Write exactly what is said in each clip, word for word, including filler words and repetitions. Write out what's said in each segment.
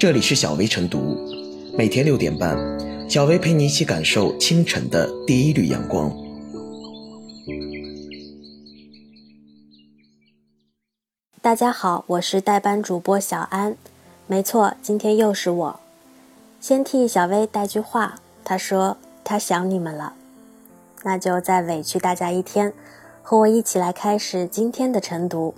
这里是小薇晨读，每天六点半，小薇陪你一起感受清晨的第一缕阳光。 大家好，我是代班主播小安。没错，今天又是我。先替小薇带句话，她说她想你们了。那就再委屈大家一天，和我一起来开始今天的晨读。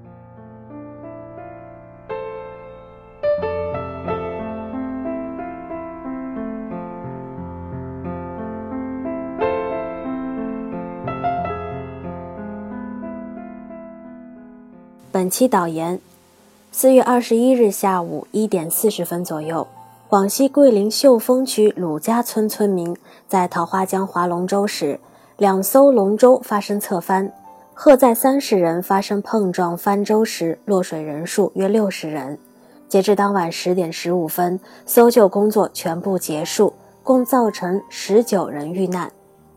本期导言：四月二十一日下午一点四十分左右，广西桂林秀峰区鲁家村村民在桃花江划龙舟时，两艘龙舟发生侧翻，荷载三十人发生碰撞翻舟时，落水人数约六十人。截至当晚十点十五分，搜救工作全部结束，共造成十九人遇难。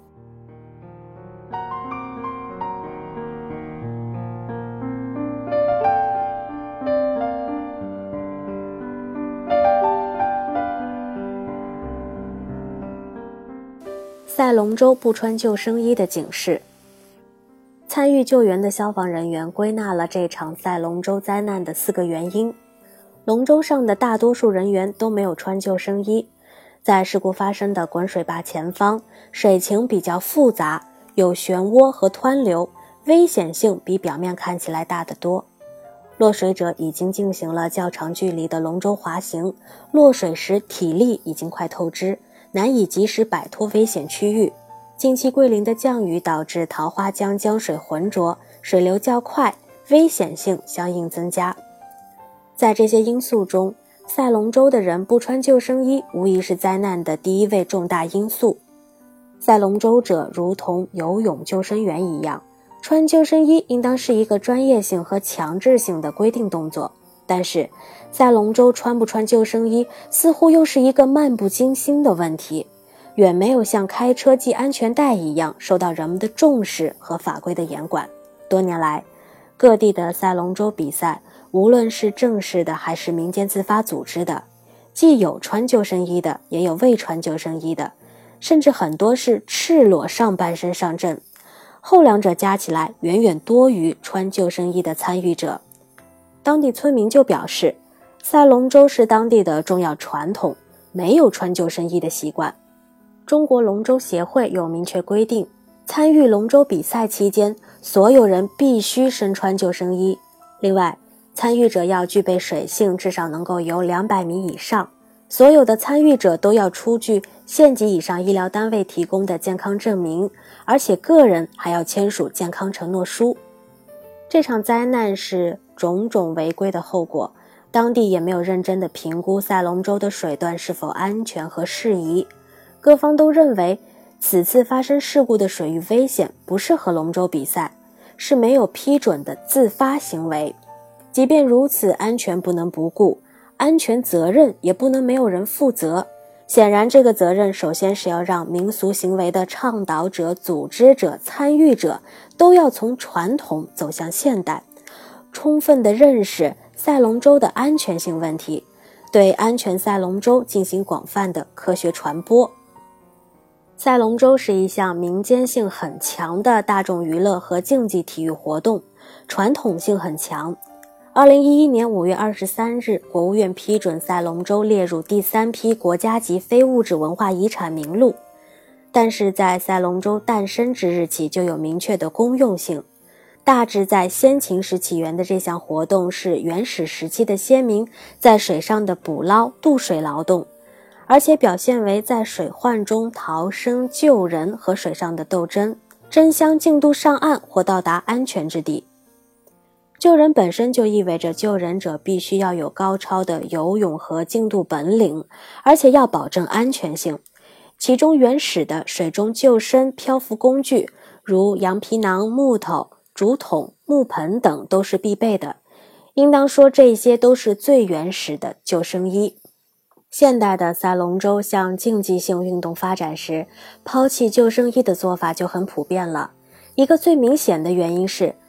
赛龙舟不穿救生衣的警示。参与救援的消防人员归纳了这场赛龙舟灾难的四个原因。龙舟上的大多数人员都没有穿救生衣，在事故发生的滚水坝前方，水情比较复杂，有漩涡和湍流，危险性比表面看起来大得多。落水者已经进行了较长距离的龙舟滑行，落水时体力已经快透支，难以及时摆脱危险区域。近期桂林的降雨导致桃花江江水浑浊，水流较快，危险性相应增加。在这些因素中，赛龙舟的人不穿救生衣无疑是灾难的第一位重大因素。赛龙舟者如同游泳救生员一样，穿救生衣应当是一个专业性和强制性的规定动作，但是赛龙舟穿不穿救生衣似乎又是一个漫不经心的问题，远没有像开车系安全带一样受到人们的重视和法规的严管。多年来，各地的赛龙舟比赛，无论是正式的还是民间自发组织的，既有穿救生衣的，也有未穿救生衣的，甚至很多是赤裸上半身上阵，后两者加起来远远多于穿救生衣的参与者。当地村民就表示，赛龙舟是当地的重要传统，没有穿救生衣的习惯。中国龙舟协会有明确规定，参与龙舟比赛期间，所有人必须身穿救生衣。另外，参与者要具备水性，至少能够游两百米以上。所有的参与者都要出具县级以上医疗单位提供的健康证明，而且个人还要签署健康承诺书。这场灾难是种种违规的后果，当地也没有认真地评估赛龙舟的水段是否安全和适宜。各方都认为此次发生事故的水域危险不适合龙舟比赛，是没有批准的自发行为。即便如此，安全不能不顾，安全责任也不能没有人负责。显然这个责任首先是要让民俗行为的倡导者、组织者、参与者都要从传统走向现代，充分地认识赛龙舟的安全性问题，对安全赛龙舟进行广泛的科学传播。赛龙舟是一项民间性很强的大众娱乐和竞技体育活动，传统性很强。二零一一年五月二十三日，国务院批准赛龙舟列入第三批国家级非物质文化遗产名录。但是在赛龙舟诞生之日起就有明确的公用性。大致在先秦时起源的这项活动是原始时期的先民在水上的捕捞、渡水劳动，而且表现为在水患中逃生、救人和水上的斗争，争相竞渡上岸或到达安全之地。救人本身就意味着救人者必须要有高超的游泳和竞渡本领，而且要保证安全性。其中原始的水中救生漂浮工具，如羊皮囊、木头、竹筒、木盆等都是必备的。应当说这些都是最原始的救生衣。现代的赛龙舟向竞技性运动发展时，抛弃救生衣的做法就很普遍了。一个最明显的原因是，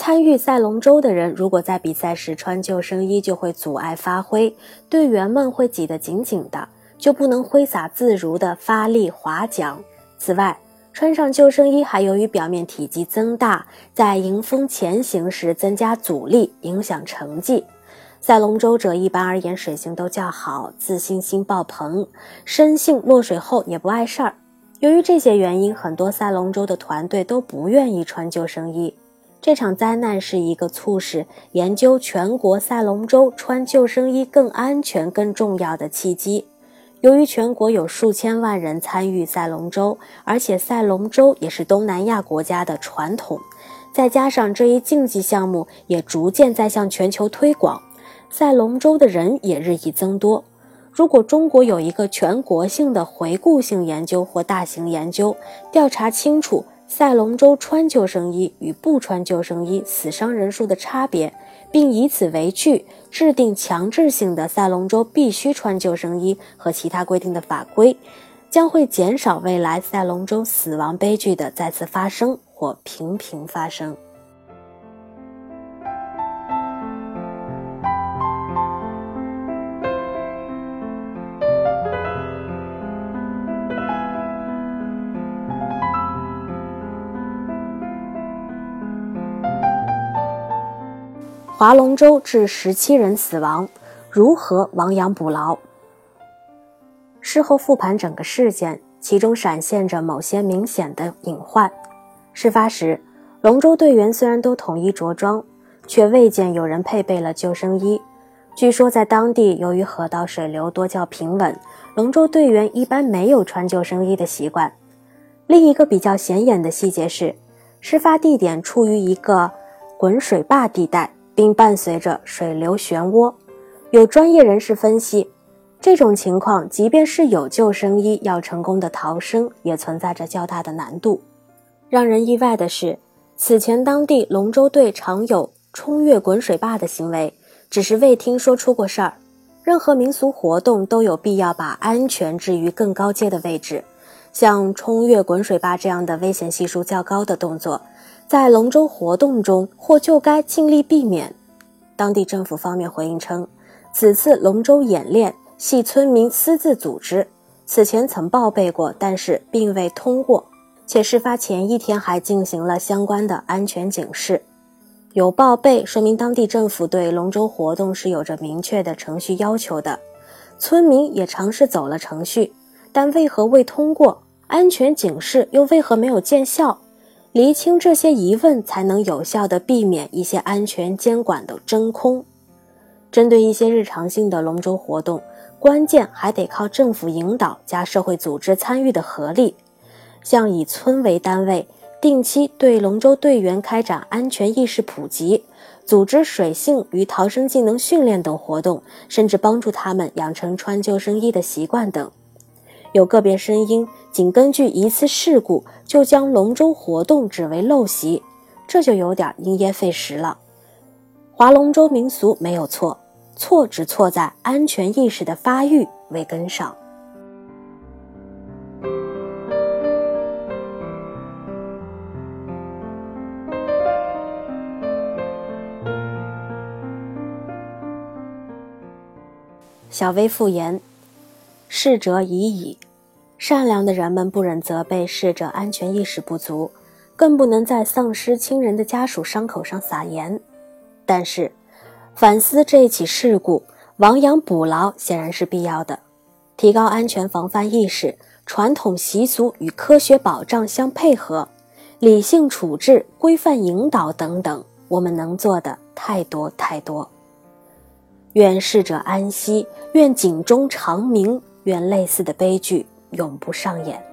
参与赛龙舟的人如果在比赛时穿救生衣，就会阻碍发挥，队员们会挤得紧紧的，就不能挥洒自如地发力划桨。此外，穿上救生衣还由于表面体积增大，在迎风前行时增加阻力，影响成绩。赛龙舟者一般而言水性都较好，自信心爆棚，生性落水后也不碍事儿。由于这些原因，很多赛龙舟的团队都不愿意穿救生衣。这场灾难是一个促使研究全国赛龙舟穿救生衣更安全、更重要的契机。由于全国有数千万人参与赛龙舟，而且赛龙舟也是东南亚国家的传统，再加上这一竞技项目也逐渐在向全球推广，赛龙舟的人也日益增多。如果中国有一个全国性的回顾性研究或大型研究，调查清楚赛龙舟穿救生衣与不穿救生衣死伤人数的差别，并以此为据制定强制性的赛龙舟必须穿救生衣和其他规定的法规，将会减少未来赛龙舟死亡悲剧的再次发生或频频发生。划龙舟致十七人死亡，如何亡羊补牢？事后复盘整个事件，其中闪现着某些明显的隐患。事发时，龙舟队员虽然都统一着装，却未见有人配备了救生衣。据说在当地，由于河道水流多较平稳，龙舟队员一般没有穿救生衣的习惯。另一个比较显眼的细节是，事发地点处于一个滚水坝地带，并伴随着水流漩涡。有专业人士分析，这种情况即便是有救生衣，要成功的逃生也存在着较大的难度。让人意外的是，此前当地龙舟队常有冲越滚水坝的行为，只是未听说出过事儿。任何民俗活动都有必要把安全置于更高阶的位置，像冲越滚水坝这样的危险系数较高的动作，在龙舟活动中或就该尽力避免。当地政府方面回应称，此次龙舟演练系村民私自组织，此前曾报备过，但是并未通过，且事发前一天还进行了相关的安全警示。有报备，说明当地政府对龙舟活动是有着明确的程序要求的，村民也尝试走了程序，但为何未通过？安全警示又为何没有见效？厘清这些疑问，才能有效地避免一些安全监管的真空。针对一些日常性的龙舟活动，关键还得靠政府引导加社会组织参与的合力。像以村为单位，定期对龙舟队员开展安全意识普及，组织水性与逃生技能训练等活动，甚至帮助他们养成穿救生衣的习惯等。有个别声音仅根据一次事故就将龙舟活动指为陋习，这就有点因噎废食了。划龙舟民俗没有错，错只错在安全意识的发育未跟上。小微复言，逝者已矣。善良的人们不忍责备逝者安全意识不足，更不能在丧失亲人的家属伤口上撒盐。但是，反思这一起事故，亡羊补牢显然是必要的。提高安全防范意识，传统习俗与科学保障相配合，理性处置、规范引导等等，我们能做的太多太多。愿逝者安息，愿警钟长鸣，愿类似的悲剧永不上演。